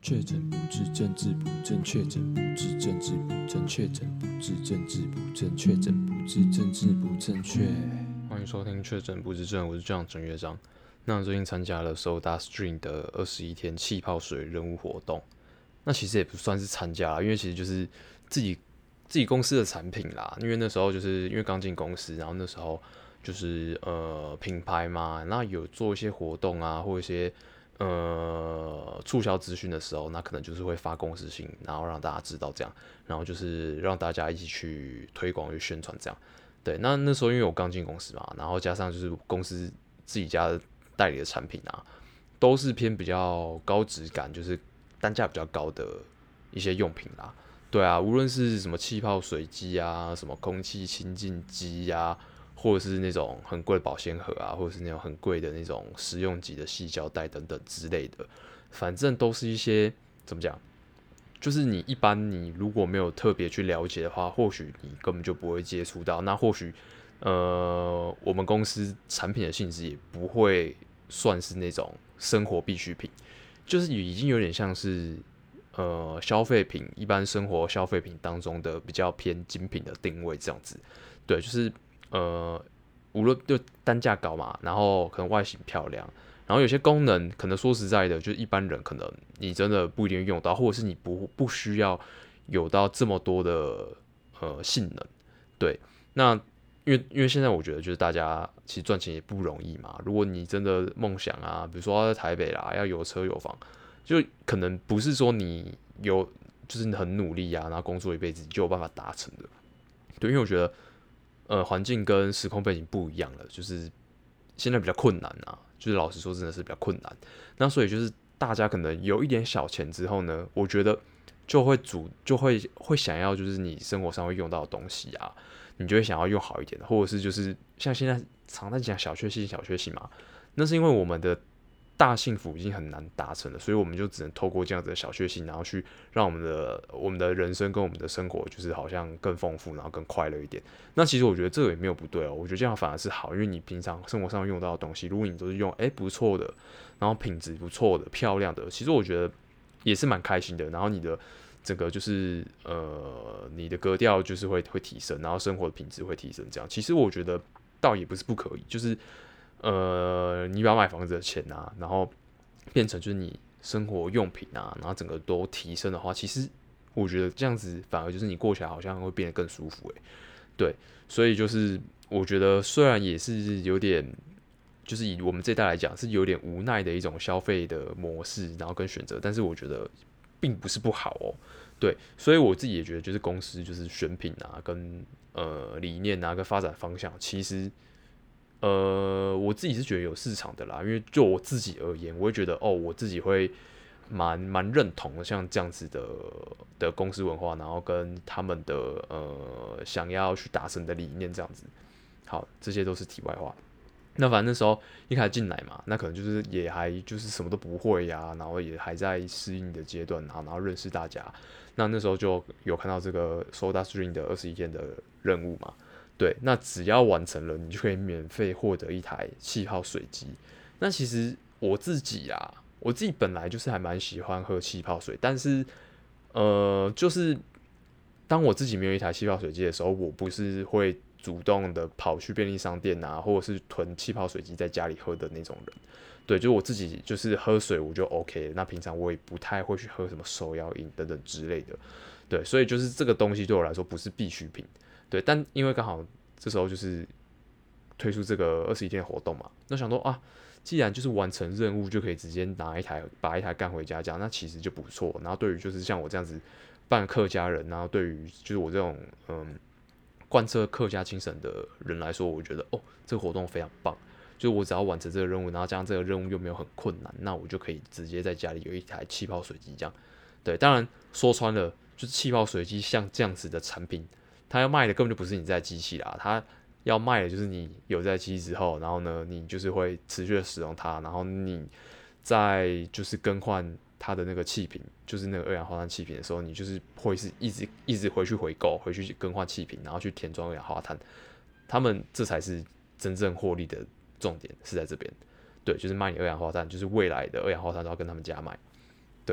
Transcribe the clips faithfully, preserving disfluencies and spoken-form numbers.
确诊不治，政治不正确；诊不治，政治不正确；诊不治，政治不正确；诊不治，政治不正确。 欢迎收听确诊不治症，我是这样陈乐章。那最近参加了 SodaStream 的二十一天气泡水任务活动，那其实也不算是参加啦，因为其实就是自己自己公司的产品啦。因为那时候就是因为刚进公司，然后那时候就是呃品牌嘛，那有做一些活动啊，或一些呃促销资讯的时候，那可能就是会发公司信，然后让大家知道这样，然后就是让大家一起去推广、去宣传这样。对，那那时候因为我刚进公司嘛，然后加上就是公司自己家代理的产品啊，都是偏比较高质感，就是单价比较高的一些用品啦。对啊，无论是什么气泡水机啊，什么空气清净机啊，或者是那种很贵的保鲜盒啊，或者是那种很贵的那种实用级的细胶带等等之类的，反正都是一些怎么讲？就是你一般你如果没有特别去了解的话，或许你根本就不会接触到。那或许呃，我们公司产品的性质也不会算是那种生活必需品，就是已经有点像是呃消费品，一般生活消费品当中的比较偏精品的定位这样子。对，就是呃，无论就单价高嘛，然后可能外形漂亮。然后有些功能可能说实在的，就是一般人可能你真的不一定用到，或者是你不不需要有到这么多的呃性能。对，那因为因为现在我觉得就是大家其实赚钱也不容易嘛。如果你真的梦想啊，比如说要在台北啦，要有车有房，就可能不是说你有就是你很努力啊，然后工作一辈子就有办法达成的。对，因为我觉得呃环境跟时空背景不一样了，就是现在比较困难啊。就是老实说，真的是比较困难。那所以就是大家可能有一点小钱之后呢，我觉得就会主就会会想要就是你生活上会用到的东西啊，你就会想要用好一点的，或者是就是像现在常在讲小确幸小确幸嘛，那是因为我们的大幸福已经很难达成了，所以我们就只能透过这样子的小确幸，然后去让我们的我们的人生跟我们的生活就是好像更丰富，然后更快乐一点。那其实我觉得这个也没有不对哦，我觉得这样反而是好，因为你平常生活上用到的东西，如果你都是用哎、欸、不错的，然后品质不错的、漂亮的，其实我觉得也是蛮开心的。然后你的整个就是呃你的格调就是会会提升，然后生活的品质会提升，这样其实我觉得倒也不是不可以，就是呃你把买房子的钱啊，然后变成就是你生活用品啊，然后整个都提升的话，其实我觉得这样子反而就是你过起来好像会变得更舒服诶、欸。对，所以就是我觉得虽然也是有点，就是以我们这一代来讲是有点无奈的一种消费的模式，然后跟选择，但是我觉得并不是不好哦。对，所以我自己也觉得，就是公司就是选品啊，跟呃理念啊，跟发展方向，其实呃我自己是觉得有市场的啦。因为就我自己而言，我会觉得哦，我自己会蛮蛮认同的，像这样子的的公司文化，然后跟他们的呃想要去达成的理念这样子。好，这些都是题外话。那反正那时候一开始进来嘛，那可能就是也还就是什么都不会呀、啊，然后也还在适应的阶段啊，然后认识大家。那那时候就有看到这个 SodaStream 的二十一天的任务嘛，对，那只要完成了，你就可以免费获得一台气泡水机。那其实我自己啊，我自己本来就是还蛮喜欢喝气泡水，但是呃，就是当我自己没有一台气泡水机的时候，我不是会主动的跑去便利商店啊，或者是囤气泡水机在家里喝的那种人。对，就是我自己就是喝水我就 OK 了，那平常我也不太会去喝什么手摇饮等等之类的。对，所以就是这个东西对我来说不是必需品。对，但因为刚好这时候就是推出这个二十一天的活动嘛，那想说啊，既然就是完成任务就可以直接拿一台把一台干回家这样，那其实就不错。然后对于就是像我这样子办客家人，然后对于就是我这种嗯贯彻客家精神的人来说，我觉得哦这个活动非常棒。就是我只要完成这个任务，然后加上这个任务又没有很困难，那我就可以直接在家里有一台气泡水机这样。对，当然说穿了，就是气泡水机像这样子的产品，它要卖的根本就不是你在机器啦，它要卖的就是你有在机器之后，然后呢，你就是会持续的使用它，然后你在就是更换它的那个气瓶，就是那个二氧化碳气瓶的时候，你就是会是一直一直回去回购，回去更换气瓶，然后去填装二氧化碳，他们这才是真正获利的重点是在这边。对，就是卖你二氧化碳，就是未来的二氧化碳都要跟他们家买。对，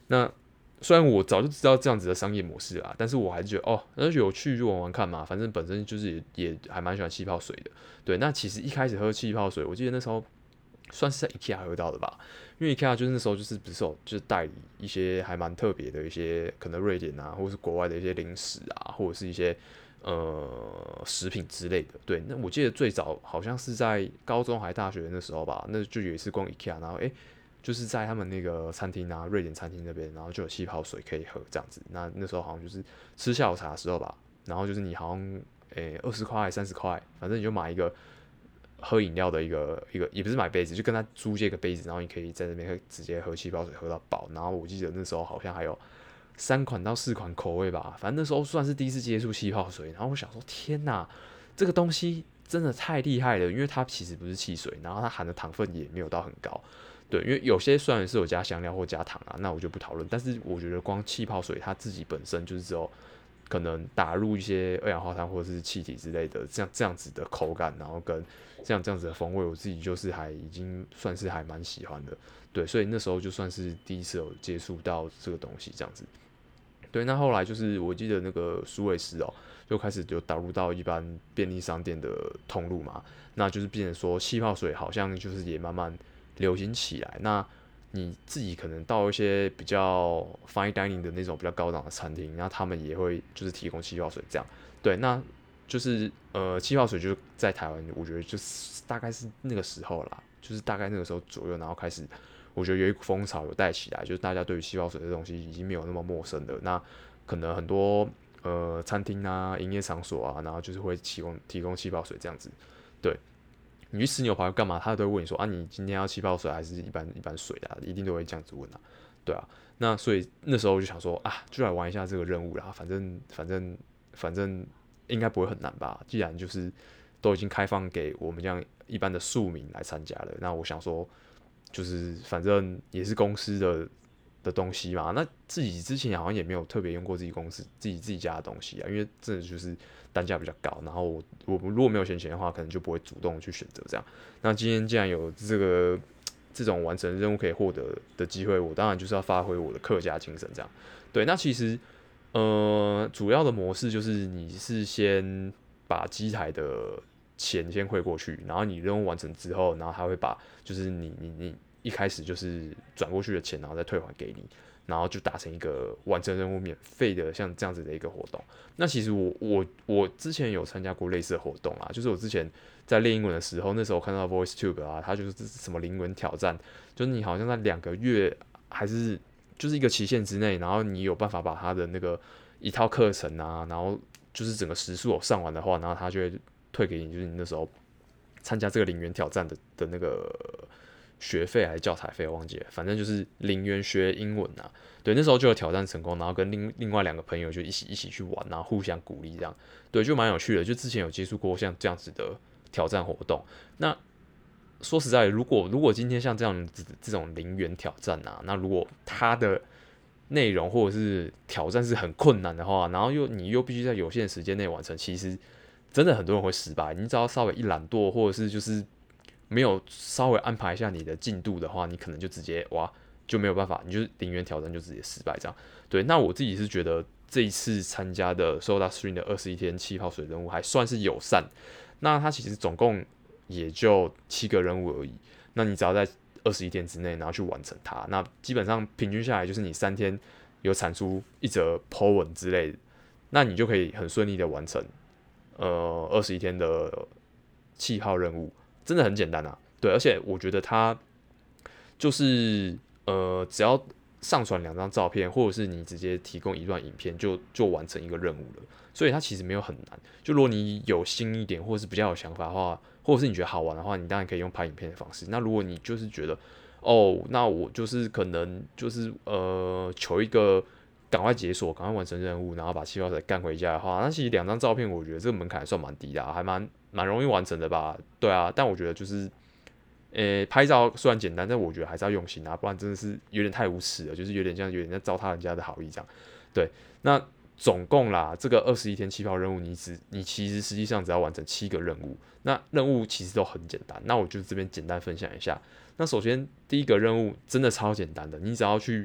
那虽然我早就知道这样子的商业模式啦，但是我还是觉得哦，那有趣就玩玩看嘛，反正本身就是也也还蛮喜欢气泡水的。对，那其实一开始喝气泡水，我记得那时候算是在 IKEA 喝到的吧，因为 IKEA 就是那时候就是不是有就是代理一些还蛮特别的一些可能瑞典啊，或者是国外的一些零食啊，或者是一些呃食品之类的。对，那我记得最早好像是在高中还大学的那时候吧，那就有一次逛 IKEA，然后诶。就是在他们那个餐厅啊，瑞典餐厅那边，然后就有气泡水可以喝这样子。那那时候好像就是吃下午茶的时候吧，然后就是你好像诶二十块、三十块，反正你就买一个喝饮料的一个一个，也不是买杯子，就跟他租借个杯子，然后你可以在那边直接喝气泡水喝到饱。然后我记得那时候好像还有三款到四款口味吧，反正那时候算是第一次接触气泡水。然后我想说，天哪，这个东西真的太厉害了，因为它其实不是汽水，然后它含的糖分也没有到很高。对，因为有些虽然是有加香料或加糖啊，那我就不讨论。但是我觉得光气泡水它自己本身就是只有可能打入一些二氧化碳或者是气体之类的，这样这样子的口感，然后跟这样这样子的风味，我自己就是还已经算是还蛮喜欢的。对，所以那时候就算是第一次有接触到这个东西这样子。对，那后来就是我记得那个苏维斯哦，就开始就导入到一般便利商店的通路嘛，那就是变成说气泡水好像就是也慢慢流行起来。那你自己可能到一些比较 fine dining 的那种比较高档的餐厅，那他们也会就是提供气泡水这样。对，那就是呃气泡水就是在台湾，我觉得就是大概是那个时候啦，就是大概那个时候左右，然后开始我觉得有一股风潮有带起来，就是大家对于气泡水这东西已经没有那么陌生了。那可能很多呃餐厅啊、营业场所啊，然后就是会提供提供气泡水这样子。对，你去吃牛排干嘛？他都会问你说啊，你今天要气泡水还是一般一般水的、啊？一定都会这样子问啊。对啊，那所以那时候我就想说啊，就来玩一下这个任务啦，反正反正反正应该不会很难吧？既然就是都已经开放给我们这样一般的庶民来参加了，那我想说。就是反正也是公司的的东西嘛，那自己之前好像也没有特别用过自己公司自己自己家的东西啊，因为真的就是单价比较高，然后我我如果没有闲钱的话，可能就不会主动去选择这样。那今天既然有这个这种完成任务可以获得的机会，我当然就是要发挥我的客家精神这样。对，那其实呃主要的模式就是你是先把机台的钱先汇过去，然后你任务完成之后，然后他会把就是你你你一开始就是转过去的钱，然后再退还给你，然后就达成一个完成任务免费的像这样子的一个活动。那其实我我我之前有参加过类似的活动啦，就是我之前在练英文的时候，那时候看到 VoiceTube 啊，它就是什么零文挑战，就是你好像在两个月还是就是一个期限之内，然后你有办法把它的那个一套课程啊，然后就是整个时数有上完的话，然后他就会退给你，就是你那时候参加这个零元挑战的的那个学费还是教材费，我忘记了，反正就是零元学英文啊。对，那时候就有挑战成功，然后跟另另外两个朋友就一起一起去玩，然后互相鼓励这样，对，就蛮有趣的。就之前有接触过像这样子的挑战活动。那说实在的，如果如果今天像这样子这种零元挑战啊，那如果它的内容或者是挑战是很困难的话，然后又你又必须在有限的时间内完成，其实真的很多人会失败。你只要稍微一懒惰，或者是就是没有稍微安排一下你的进度的话，你可能就直接哇就没有办法，你就是零元挑战就直接失败这样。对，那我自己是觉得这一次参加的 SodaStream 的二十一天气泡水任务还算是友善。那它其实总共也就七个任务而已，那你只要在二十一天之内，然后去完成它，那基本上平均下来就是你三天有产出一则 po 文之类的，那你就可以很顺利的完成呃二十一天的气泡任务，真的很简单啊。对，而且我觉得它就是呃只要上传两张照片，或者是你直接提供一段影片就，就完成一个任务了。所以它其实没有很难。就如果你有心一点，或者是比较有想法的话，或者是你觉得好玩的话，你当然可以用拍影片的方式。那如果你就是觉得，哦，那我就是可能就是呃求一个赶快解锁、赶快完成任务，然后把气泡水干回家的话，那其实两张照片，我觉得这个门槛算蛮低的、啊，还蛮蛮容易完成的吧？对啊，但我觉得就是。呃，拍照虽然简单，但我觉得还是要用心啊，不然真的是有点太无耻了，就是有点像有点在糟蹋人家的好意这样。对，那总共啦，这个二十一天气泡任务，你只你其实实际上只要完成七个任务，那任务其实都很简单。那我就这边简单分享一下。那首先第一个任务真的超简单的，你只要去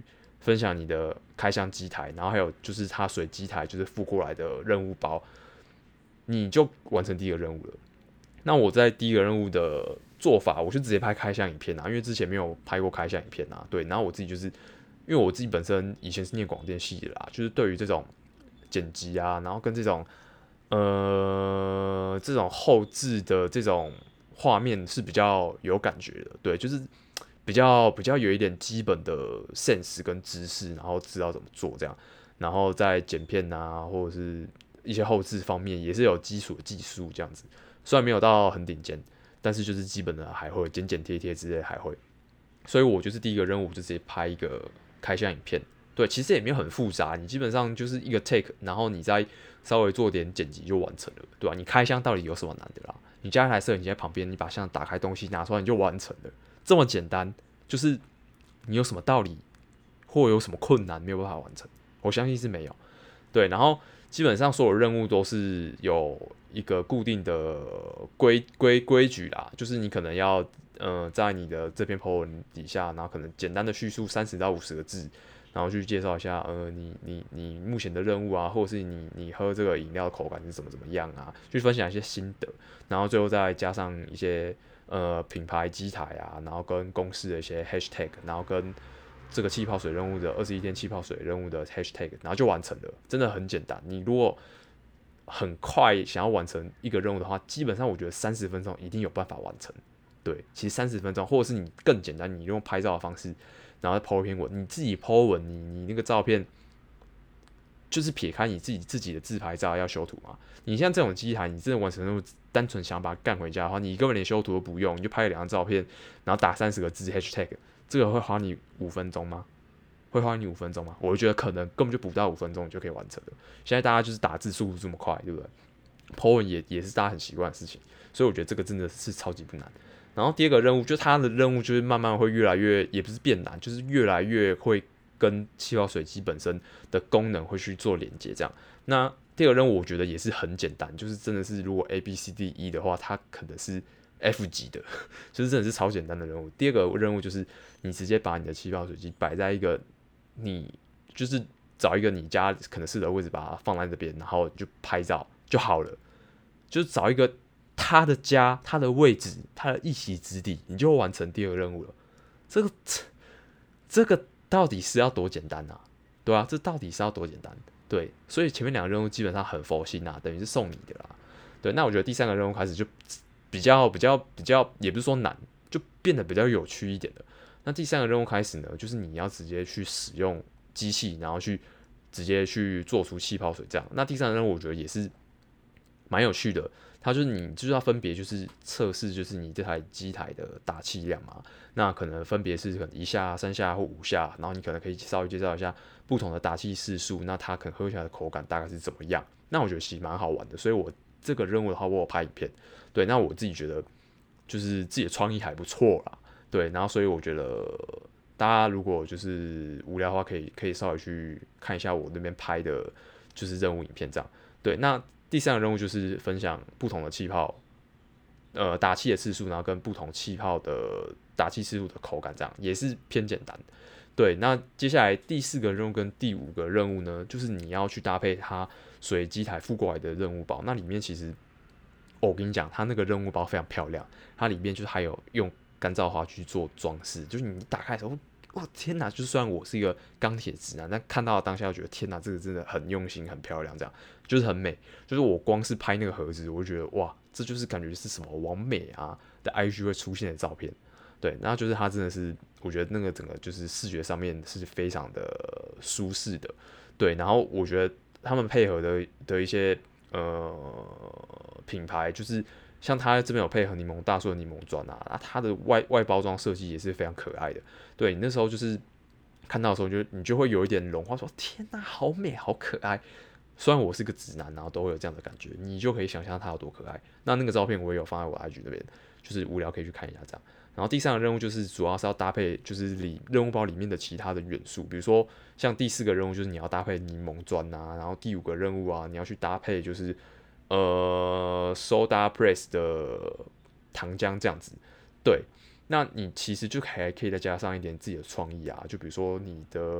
分享你的开箱机台，然后还有就是它随机台就是附过来的任务包，你就完成第一个任务了。那我在第一个任务的做法，我就直接拍开箱影片啊，因为之前没有拍过开箱影片啊，对，然后我自己就是因为我自己本身以前是念广电系的啦，就是对于这种剪辑啊，然后跟这种呃这种后置的这种画面是比较有感觉的，对，就是比较比较有一点基本的 sense 跟知识，然后知道怎么做这样，然后在剪片啊或者是一些后置方面也是有基础的技术这样子，虽然没有到很顶尖，但是就是基本的还会剪剪贴贴之类还会，所以我就是第一个任务就直接拍一个开箱影片，对，其实也没有很复杂，你基本上就是一个 take， 然后你再稍微做点剪辑就完成了，对吧、啊？你开箱到底有什么难的啦？你加一台摄影机在旁边，你把箱打开，东西拿出来你就完成了，这么简单，就是你有什么道理或有什么困难没有办法完成？我相信是没有。对，然后基本上所有任务都是有一个固定的规规规矩啦，就是你可能要呃在你的这篇 po 文底下，然后可能简单的叙述三十到五十个字，然后去介绍一下呃你你你目前的任务啊，或者是你你喝这个饮料的口感是怎么怎么样啊，去分享一些心得，然后最后再加上一些呃品牌机台啊，然后跟公司的一些 hashtag， 然后跟这个气泡水任务的二十一天气泡水任务的 hashtag， 然后就完成了，真的很简单。你如果很快想要完成一个任务的话，基本上我觉得三十分钟一定有办法完成。对，其实三十分钟，或者是你更简单，你用拍照的方式，然后再 po 一篇文，你自己 po 文，你你那个照片，就是撇开你自己自己的自拍照要修图嘛。你像这种机台，你真的完成任务，单纯想把它干回家的话，你根本连修图都不用，你就拍了两张照片，然后打三十个字 hashtag， 这个会花你五分钟吗？会花你五分钟吗？我觉得可能根本就不到五分钟你就可以完成了。现在大家就是打字速度这么快，对不对？po 文也也是大家很习惯的事情，所以我觉得这个真的是超级不难。然后第二个任务，就它的任务就是慢慢会越来越，也不是变难，就是越来越会跟气泡水机本身的功能会去做连接。这样，那第二个任务我觉得也是很简单，就是真的是如果 A B C D E 的话，它可能是 F 级的，就是真的是超简单的任务。第二个任务就是你直接把你的气泡水机摆在一个你就是找一个你家可能适合的位置，把它放在这边，然后就拍照就好了，就是找一个他的家、他的位置、他的一席之地，你就完成第二个任务了。这个这个到底是要多简单啊？对啊，这到底是要多简单？对，所以前面两个任务基本上很佛心啊，等于是送你的啦。对，那我觉得第三个任务开始就比较比较比较，也不是说难，就变得比较有趣一点的。那第三个任务开始呢，就是你要直接去使用机器，然后去直接去做出气泡水这样。那第三个任务我觉得也是蛮有趣的，它就是你就是要分别就是测试就是你这台机台的打气量嘛，那可能分别是可能一下、三下或五下，然后你可能可以稍微介绍一下不同的打气次数，那它可能喝起来的口感大概是怎么样。那我觉得其实蛮好玩的，所以我这个任务的话，我有拍影片，对，那我自己觉得就是自己的创意还不错啦，对，然后所以我觉得大家如果就是无聊的话，可以可以稍微去看一下我那边拍的就是任务影片这样，对，那第三个任务就是分享不同的气泡，呃，打气的次数，然后跟不同气泡的打气次数的口感，这样也是偏简单。对，那接下来第四个任务跟第五个任务呢，就是你要去搭配它随机台附过来的任务包。那里面其实，哦，我跟你讲，它那个任务包非常漂亮，它里面就是还有用干燥花去做装饰，就是你打开的时候，哇，天哪！就算我是一个钢铁直男，但看到当下就觉得天哪，这个真的很用心、很漂亮，这样就是很美。就是我光是拍那个盒子，我就觉得哇，这就是感觉是什么完美啊的 I G 会出现的照片。对，然后就是它真的是，我觉得那个整个就是视觉上面是非常的舒适的。对，然后我觉得他们配合的的一些呃品牌，就是像他这边有配合柠檬大叔的柠檬砖啊，啊它的外外包装设计也是非常可爱的。对，你那时候就是看到的时候就，你就会有一点融化，说天哪，好美，好可爱。虽然我是个直男，然后都会有这样的感觉，你就可以想象它有多可爱。那那个照片我也有放在我 I G 那边，就是无聊可以去看一下这样。然后第三个任务就是主要是要搭配，就是里任务包里面的其他的元素，比如说像第四个任务就是你要搭配柠檬砖啊，然后第五个任务啊你要去搭配就是呃 soda press 的糖浆这样子，对，那你其实就还可以再加上一点自己的创意啊，就比如说你的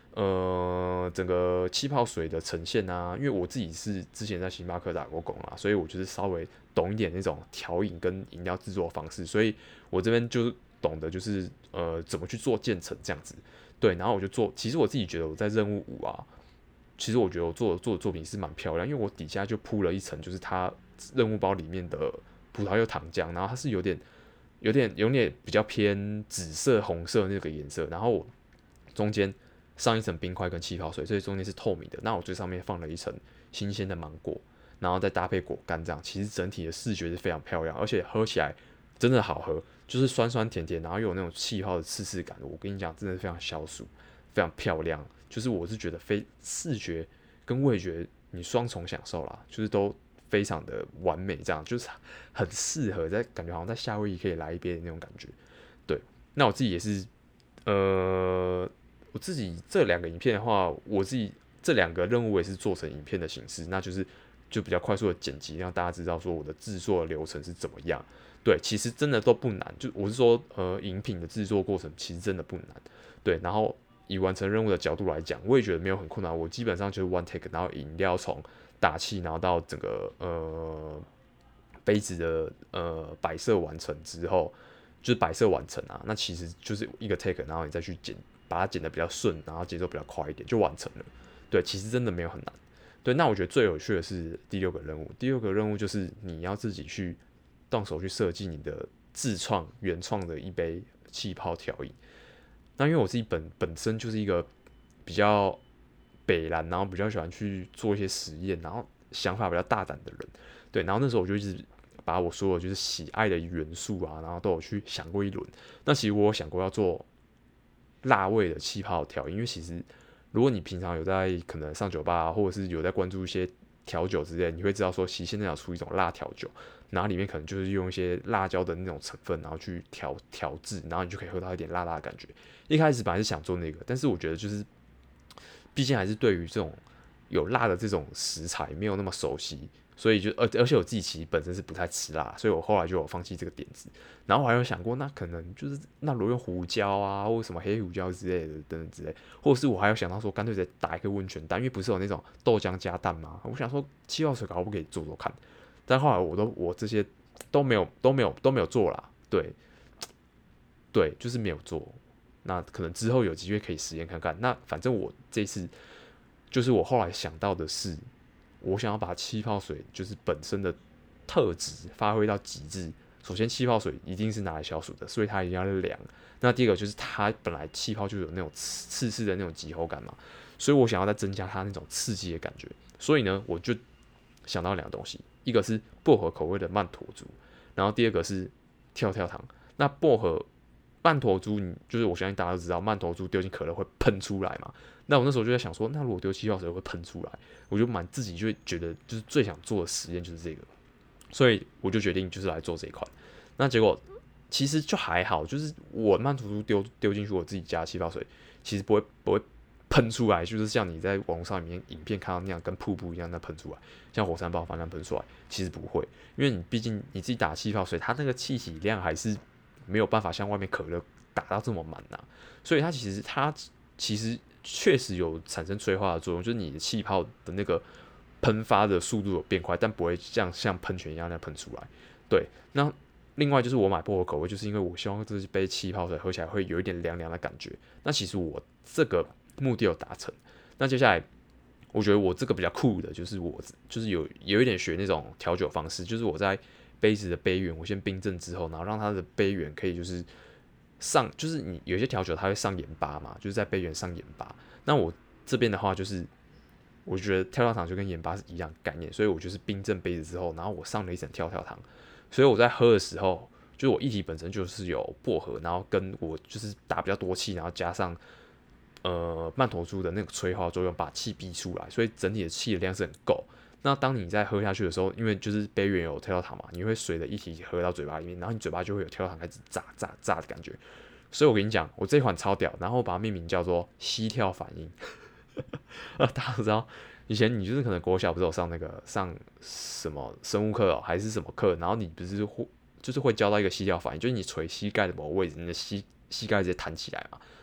呃整个气泡水的呈现啊，因为我自己是之前在星巴克打过工啊，所以我就是稍微懂一点那种调饮跟饮料制作方式，所以我这边就懂得就是呃怎么去做渐层这样子。对，然后我就做，其实我自己觉得我在任务五啊，其实我觉得我做做的作品是蛮漂亮，因为我底下就铺了一层，就是它任务包里面的葡萄柚糖浆，然后它是有点有点有点比较偏紫色红色那个颜色，然后我中间上一层冰块跟气泡水，所以中间是透明的。那我最上面放了一层新鲜的芒果，然后再搭配果干，这样其实整体的视觉是非常漂亮，而且喝起来真的好喝，就是酸酸甜甜，然后又有那种气泡的刺刺感。我跟你讲，真的非常消暑，非常漂亮。就是我是觉得非视觉跟味觉你双重享受啦，就是都非常的完美，这样就是很适合在感觉好像在夏威夷可以来一杯的那种感觉。对，那我自己也是，呃，我自己这两个影片的话，我自己这两个任务也是做成影片的形式，那就是就比较快速的剪辑，让大家知道说我的制作流程是怎么样。对，其实真的都不难，就我是说，呃，饮品的制作过程其实真的不难。对，然后以完成任务的角度来讲，我也觉得没有很困难。我基本上就是 one take， 然后饮料从打气，然后到整个呃杯子的呃摆设完成之后，就是摆设完成啊，那其实就是一个 take， 然后你再去剪，把它剪得比较顺，然后节奏比较快一点，就完成了。对，其实真的没有很难。对，那我觉得最有趣的是第六个任务。第六个任务就是你要自己去动手去设计你的自创原创的一杯气泡调饮。那因为我自己本本身就是一个比较北蓝，然后比较喜欢去做一些实验，然后想法比较大胆的人。对，然后那时候我就一直把我所有就是喜爱的元素啊，然后都有去想过一轮。那其实我有想过要做辣味的气泡调饮，因为其实如果你平常有在可能上酒吧、啊，或者是有在关注一些调酒之类，你会知道说，其实现在有出一种辣调酒，然后里面可能就是用一些辣椒的那种成分，然后去调调制，然后你就可以喝到一点辣辣的感觉。一开始本来是想做那个，但是我觉得就是，毕竟还是对于这种有辣的这种食材没有那么熟悉，所以就而而且我自己其实本身是不太吃辣，所以我后来就有放弃这个点子。然后我还有想过，那可能就是那如果用胡椒啊，或者什么黑胡椒之类的等等之类，或者是我还有想到说，干脆直接打一个温泉蛋，因为不是有那种豆浆加蛋吗？我想说气泡水搞不可以做做看，但后来我都我这些都没有都没有都没有做啦，对对，就是没有做。那可能之后有机会可以实验看看。那反正我这次就是我后来想到的是，我想要把气泡水就是本身的特质发挥到极致。首先，气泡水一定是拿来消暑的，所以它一定要凉。那第二个就是它本来气泡就有那种刺刺的那种急口感嘛，所以我想要再增加它那种刺激的感觉。所以呢，我就想到两个东西，一个是薄荷口味的曼陀珠，然后第二个是跳跳糖。那薄荷曼陀珠，你就是我相信大家都知道，曼陀珠丢进可乐会喷出来嘛。那我那时候就在想说，那如果丢气泡水会喷出来，我就蛮自己就会觉得就是最想做的实验就是这个，所以我就决定就是来做这一款。那结果其实就还好，就是我曼陀珠丢丢进去我自己加气泡水，其实不会不会喷出来，就是像你在网络上面影片看到那样跟瀑布一样那喷出来，像火山爆发那样喷出来，其实不会，因为你毕竟你自己打气泡水，它那个气体量还是没有办法像外面可乐打到这么满呐、啊，所以它其实它其实确实有产生催化的作用，就是你的气泡的那个喷发的速度有变快，但不会像像喷泉一样那样喷出来。对，那另外就是我买薄荷口味，就是因为我希望这杯气泡水喝起来会有一点凉凉的感觉。那其实我这个目的有达成。那接下来我觉得我这个比较酷的就是我就是有有一点学那种调酒方式，就是我在杯子的杯缘我先冰镇之后，然后让它的杯缘可以就是上，就是你有些调酒它会上盐巴嘛，就是在杯缘上盐巴。那我这边的话就是，我觉得跳跳糖就跟盐巴是一样概念，所以我就是冰镇杯子之后，然后我上了一层跳跳糖，所以我在喝的时候，就是我液体本身就是有薄荷，然后跟我就是打比较多气，然后加上呃曼陀珠的那个催化作用，把气逼出来，所以整体的气的量是很够。那当你在喝下去的时候，因为就是杯缘有跳跳糖嘛，你会随着一起喝到嘴巴里面，然后你嘴巴就会有跳跳糖开始炸炸炸的感觉。所以我跟你讲，我这款超屌，然后把它命名叫做吸跳反应。大家都知道，以前你就是可能国小不是有上那个上什么生物课哦，还是什么课，然后你不是会就是会教到一个吸跳反应，就是你捶膝盖的某个位置，你的膝膝盖直接弹起来嘛，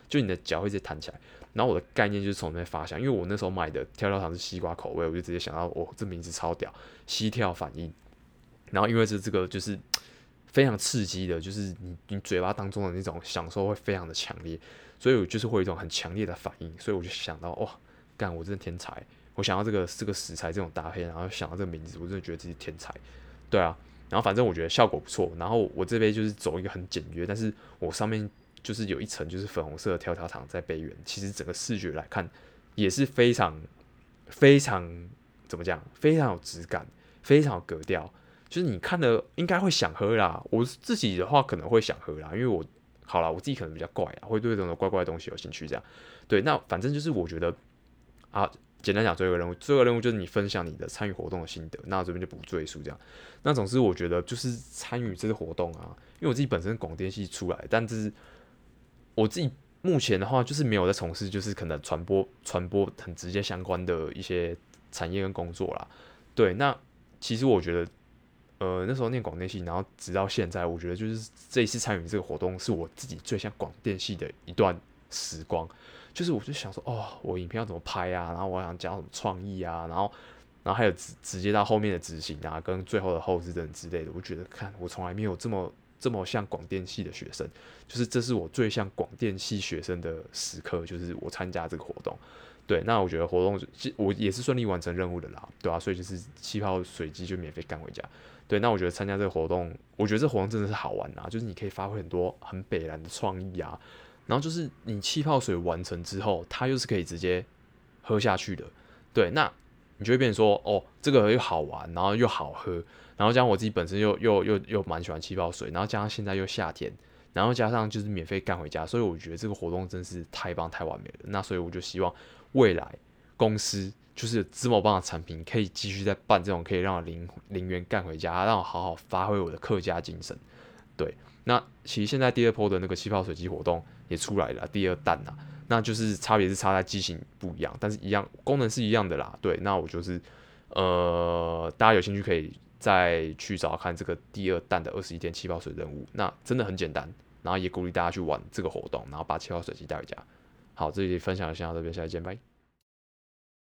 就你的脚会直接弹起来。然后我的概念就是从那边发想，因为我那时候买的跳跳糖是西瓜口味，我就直接想到，哦，这名字超屌，膝跳反应。然后因为是这个就是非常刺激的，就是你你嘴巴当中的那种享受会非常的强烈，所以我就是会有一种很强烈的反应，所以我就想到，哇，干，我真的天才！我想要这个这个食材这种搭配，然后想到这个名字，我真的觉得自己天才，对啊。然后反正我觉得效果不错，然后我这杯就是走一个很简约，但是我上面就是有一层就是粉红色的跳跳糖在杯缘，其实整个视觉来看也是非常非常怎么讲，非常有质感，非常有格调，就是你看了应该会想喝啦。我自己的话可能会想喝啦，因为我好啦，我自己可能比较怪啊，会对这种怪怪的东西有兴趣这样。对，那反正就是我觉得啊。简单讲，最后一个任务，最后一个任务就是你分享你的参与活动的心得。那我这边就不赘述这样。那总之，我觉得就是参与这个活动啊，因为我自己本身广电系出来，但是我自己目前的话，就是没有在从事就是可能传播传播很直接相关的一些产业跟工作啦。对，那其实我觉得，呃，那时候念广电系，然后直到现在，我觉得就是这一次参与这个活动，是我自己最像广电系的一段时光。就是我就想说，哦，我影片要怎么拍啊？然后我想讲什么创意啊？然后，然后还有直直接到后面的执行啊，跟最后的后置等之类的。我觉得，看我从来没有这么这么像广电系的学生，就是这是我最像广电系学生的时刻，就是我参加这个活动。对，那我觉得活动我也是顺利完成任务的啦，对啊，所以就是气泡水机就免费干回家。对，那我觉得参加这个活动，我觉得这活动真的是好玩啊，就是你可以发挥很多很北蓝的创意啊。然后就是你气泡水完成之后，它又是可以直接喝下去的，对，那你就会变成说，哦，这个又好玩，然后又好喝，然后加上我自己本身又又又又蛮喜欢气泡水，然后加上现在又夏天，然后加上就是免费干回家，所以我觉得这个活动真是太棒太完美了。那所以我就希望未来公司就是有这么棒的产品，可以继续在办这种可以让我零零元干回家，让我好好发挥我的客家精神，对。那其实现在第二波的那个气泡水机活动也出来了，第二弹啦，那就是差别是差在机型不一样，但是一样功能是一样的啦。对，那我就是呃，大家有兴趣可以再去找看这个第二弹的二十一天气泡水任务，那真的很简单，然后也鼓励大家去玩这个活动，然后把气泡水机带回家。好，这里分享一下到这边，下期见，拜。